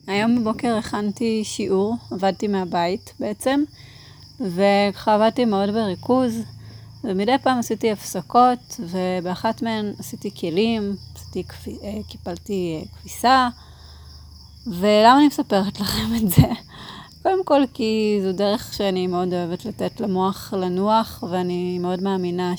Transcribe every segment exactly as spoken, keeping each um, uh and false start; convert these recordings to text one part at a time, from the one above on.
היום בבוקר הכנתי שיעור, עבדתי מהבית בעצם, וככה עבדתי מאוד בריכוז, ומדי פעם עשיתי הפסקות, ובאחת מהן עשיתי כלים, עשיתי, קיפלתי כביסה, ולמה אני מספרת לכם את זה? קודם כל כי זו דרך שאני מאוד אוהבת לתת למוח לנוח, ואני מאוד מאמינה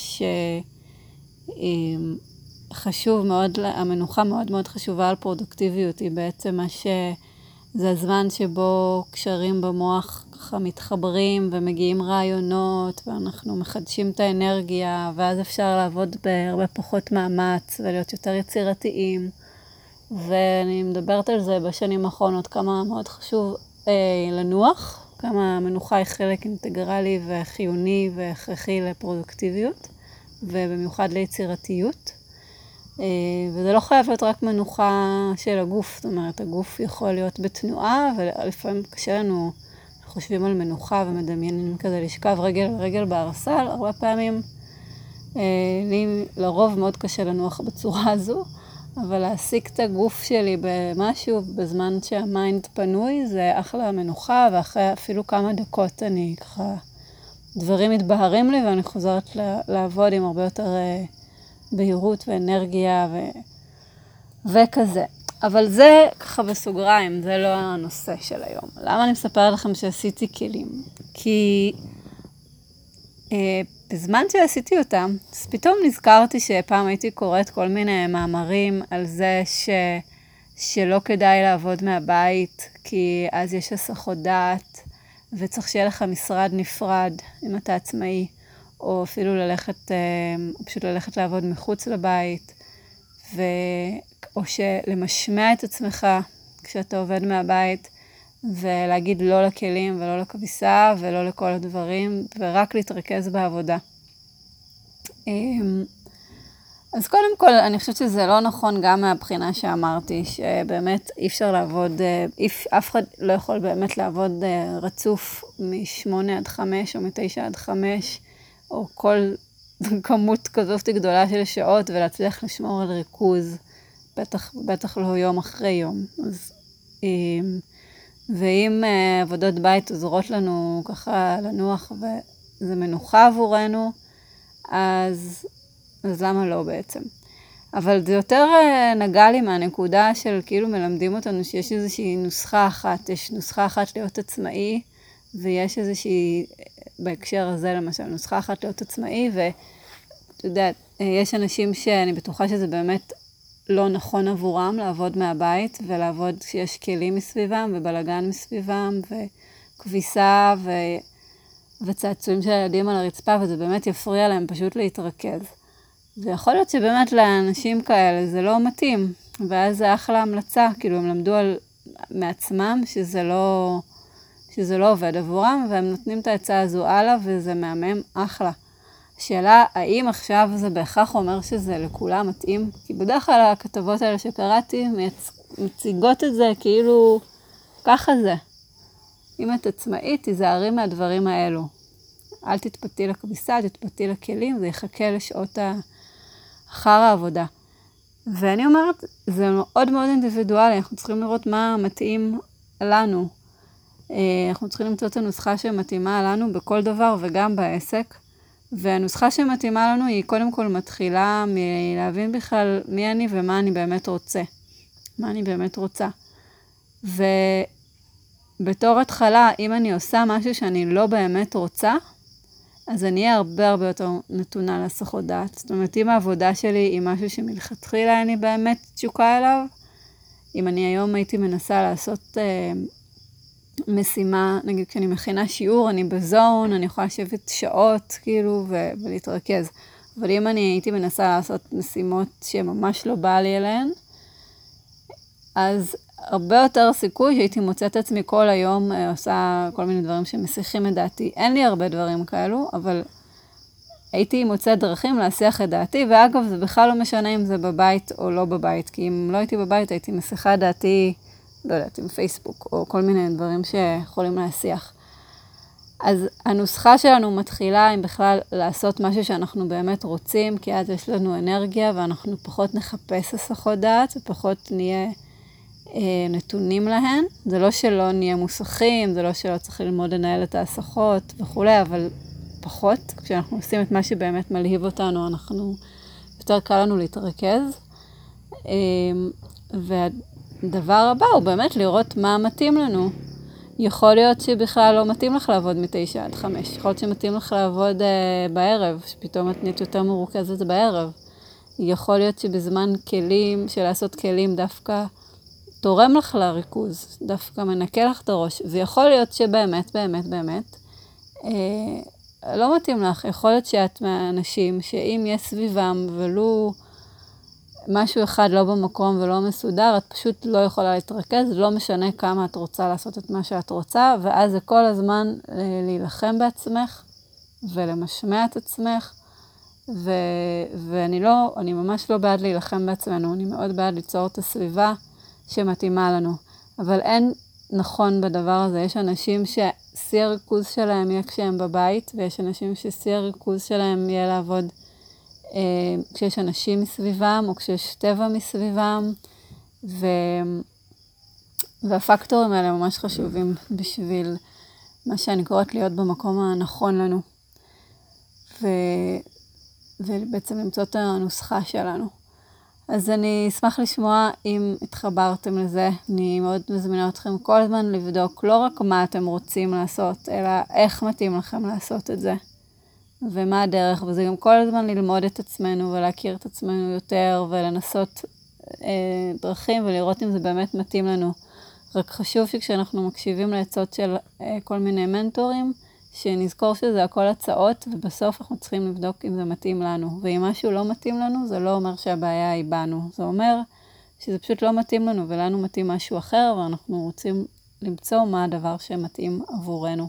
שחשוב מאוד, המנוחה מאוד מאוד חשובה על פרודוקטיביות, היא בעצם מה שזה הזמן שבו קשרים במוח ככה מתחברים ומגיעים רעיונות, ואנחנו מחדשים את האנרגיה, ואז אפשר לעבוד בהרבה פחות מאמץ ולהיות יותר יצירתיים. ואני מדברת על זה בשנים האחרונות, כמה מאוד חשוב אה, לנוח, כמה המנוחה היא חלק אינטגרלי וחיוני והכרחי לפרודוקטיביות, ובמיוחד ליצירתיות. אה, וזה לא חייב להיות רק מנוחה של הגוף, זאת אומרת, הגוף יכול להיות בתנועה, ולפעמים קשה לנו, חושבים על מנוחה ומדמיינים כזה לשכב רגל רגל בארסל, הרבה פעמים אה, לי לרוב מאוד קשה לנוח בצורה הזו, אבל להעסיק את הגוף שלי במשהו בזמן שהמיינד פנוי זה אחלה מנוחה, ואחרי אפילו כמה דקות אני ככה, דברים מתבהרים לי ואני חוזרת לעבוד עם הרבה יותר בהירות ואנרגיה ו... וכזה. אבל זה ככה בסוגריים, זה לא הנושא של היום. למה אני מספר לכם שעשיתי כלים? כי אה, בזמן שעשיתי אותם, אז פתאום נזכרתי שפעם הייתי קוראת כל מיני מאמרים על זה ש... שלא כדאי לעבוד מהבית, כי אז יש הסחות דעת, וצריך שיהיה לך משרד נפרד אם אתה עצמאי, או אפילו ללכת, או פשוט ללכת לעבוד מחוץ לבית, ו... או שלמשמע את עצמך כשאתה עובד מהבית, ולהגיד לא לכלים ולא לכביסה ולא לכל הדברים, ורק להתרכז בעבודה. אז קודם כל, אני חושבת שזה לא נכון גם מהבחינה שאמרתי, שבאמת אי אפשר לעבוד, אף אחד לא יכול באמת לעבוד רצוף משמונה עד חמש או מתשע עד חמש, או כל כמות כזאת גדולה של שעות, ולהצליח לשמור על ריכוז, בטח, בטח לא יום אחרי יום. אז, ואם עבודות בית עוזרות לנו ככה לנוח, וזה מנוחה עבורנו, אז, אז למה לא בעצם? אבל זה יותר נגע לי מהנקודה של כאילו מלמדים אותנו שיש איזושהי נוסחה אחת, יש נוסחה אחת להיות עצמאי, ויש איזושהי, בהקשר הזה למשל, נוסחה אחת להיות עצמאי, ואתה יודע, יש אנשים שאני בטוחה שזה באמת לא נכון עבורם לעבוד מהבית, ולעבוד כשיש כלים מסביבם, ובלגן מסביבם, וכביסה, ו... וצעצועים של ילדים על הרצפה, וזה באמת יפריע להם פשוט להתרכז. ויכול להיות שבאמת לאנשים כאלה זה לא מתאים, ואז זה אחלה המלצה, כאילו הם למדו על... מעצמם שזה לא... שזה לא עובד עבורם, והם נותנים את ההצעה הזו הלאה, וזה מהמם אחלה. השאלה, האם עכשיו זה בהכרח אומר שזה לכולם מתאים? כי בדרך כלל הכתבות האלה שקראתי מציגות את זה כאילו ככה זה. אם את עצמאית, תיזהרי מהדברים האלו. אל תתפתי לכביסה, תתפתי לכלים, זה יחכה לשעות אחר העבודה. ואני אומרת, זה מאוד מאוד אינדיבידואלי, אנחנו צריכים לראות מה מתאים לנו. אנחנו צריכים למצוא את הנוסחה שמתאימה לנו בכל דבר וגם בעסק. והנוסחה שמתאימה לנו היא קודם כל מתחילה מלהבין בכלל מי אני ומה אני באמת רוצה. מה אני באמת רוצה. ובתור התחלה, אם אני עושה משהו שאני לא באמת רוצה, אז אני אהיה הרבה הרבה יותר נתונה להסחות דעת. זאת אומרת, אם העבודה שלי היא משהו שמלכתחילה אני באמת תשוקה אליו, אם אני היום הייתי מנסה לעשות אה, משימה, נגיד כשאני מכינה שיעור, אני בזון, אני יכולה לשבת שעות כאילו ו- ולהתרכז. אבל אם אני הייתי מנסה לעשות משימות שממש לא בא לי אליהן, אז הרבה יותר סיכוי שהייתי מוצאת עצמי כל היום עושה כל מיני דברים שמסיחים את דעתי. אין לי הרבה דברים כאלו, אבל הייתי מוצאת דרכים להסיח את דעתי, ואגב זה בכלל לא משנה אם זה בבית או לא בבית, כי אם לא הייתי בבית הייתי מסיחה את דעתי, לא יודעת, עם פייסבוק או כל מיני דברים שיכולים להסיח. אז הנוסחה שלנו מתחילה עם בכלל לעשות משהו שאנחנו באמת רוצים, כי אז יש לנו אנרגיה ואנחנו פחות נחפש הסחות דעת ופחות נהיה נתונים להן. זה לא שלא נהיה מוסכים, זה לא שלא צריך ללמוד לנהל את ההסחות וכולי, אבל פחות. כשאנחנו עושים את מה שבאמת מלהיב אותנו, אנחנו יותר קל לנו להתרכז. והדבר הבא הוא באמת לראות מה מתאים לנו. יכול להיות שבכלל לא מתאים לך לעבוד מתשע עד חמש. יכול להיות שמתאים לך לעבוד uh, בערב, שפתאום את נהיית יותר מרוכזת בערב. יכול להיות שבזמן כלים, של לעשות כלים דווקא תורם לך לריכוז, דווקא מנקה לך את הראש. ויכול להיות שבאמת, באמת, באמת, אה, לא מתאים לך. יכול להיות שאת מהאנשים שאם יש סביבם ולו משהו אחד לא במקום ולא מסודר, את פשוט לא יכולה להתרכז, לא משנה כמה את רוצה לעשות את מה שאת רוצה, ואז זה כל הזמן להילחם בעצמך ולמשמע את עצמך, ו, ואני לא, אני ממש לא בעד להילחם בעצמנו, אני מאוד בעד ליצור את הסביבה שמתאימה לנו. אבל אין נכון בדבר הזה, יש אנשים ששיא הריכוז שלהם יהיה כשהם בבית, ויש אנשים ששיא הריכוז שלהם יהיה לעבוד כשיש אנשים מסביבם, או כשיש טבע מסביבם, ו... והפקטורים האלה ממש חשובים בשביל מה שאני קוראת להיות במקום הנכון לנו, ו... ובעצם למצוא את הנוסחה שלנו. אז אני אשמח לשמוע אם התחברתם לזה. אני מאוד מזמינה אתכם כל הזמן לבדוק לא רק מה אתם רוצים לעשות, אלא איך מתאים לכם לעשות את זה. ומה הדרך, וזה גם כל הזמן ללמוד את עצמנו ולהכיר את עצמנו יותר ולנסות אה, דרכים ולראות אם זה באמת מתאים לנו. רק חשוב שכשאנחנו מקשיבים לעצות של אה, כל מיני מנטורים, שנזכור שזה הכל הצעות, ובסוף אנחנו צריכים לבדוק אם זה מתאים לנו. ואם משהו לא מתאים לנו, זה לא אומר שהבעיה היא בנו. זה אומר שזה פשוט לא מתאים לנו, ולנו מתאים משהו אחר, ואנחנו רוצים למצוא מה הדבר שמתאים עבורנו.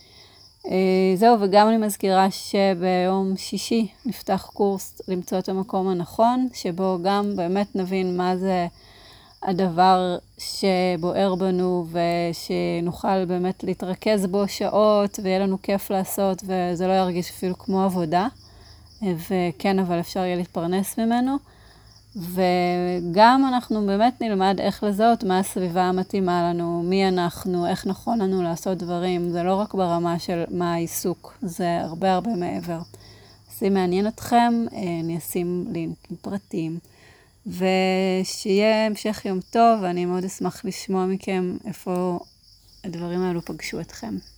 זהו, וגם אני מזכירה שביום שישי נפתח קורס למצוא את המקום הנכון, שבו גם באמת נבין מה זה הדבר שבוער בנו, ושנוכל באמת להתרכז בו שעות, ויהיה לנו כיף לעשות, וזה לא ירגיש אפילו כמו עבודה, וכן, אבל אפשר יהיה להתפרנס ממנו. וגם אנחנו באמת נלמד איך לזהות מה הסביבה המתאימה לנו, מי אנחנו, איך נכון לנו לעשות דברים. זה לא רק ברמה של מה העיסוק, זה הרבה הרבה מעבר. אז אם מעניין אתכם, אני אשים לינקים פרטיים. ושיהיה המשך יום טוב, ואני מאוד אשמח לשמוע מכם איפה הדברים האלו פגשו אתכם.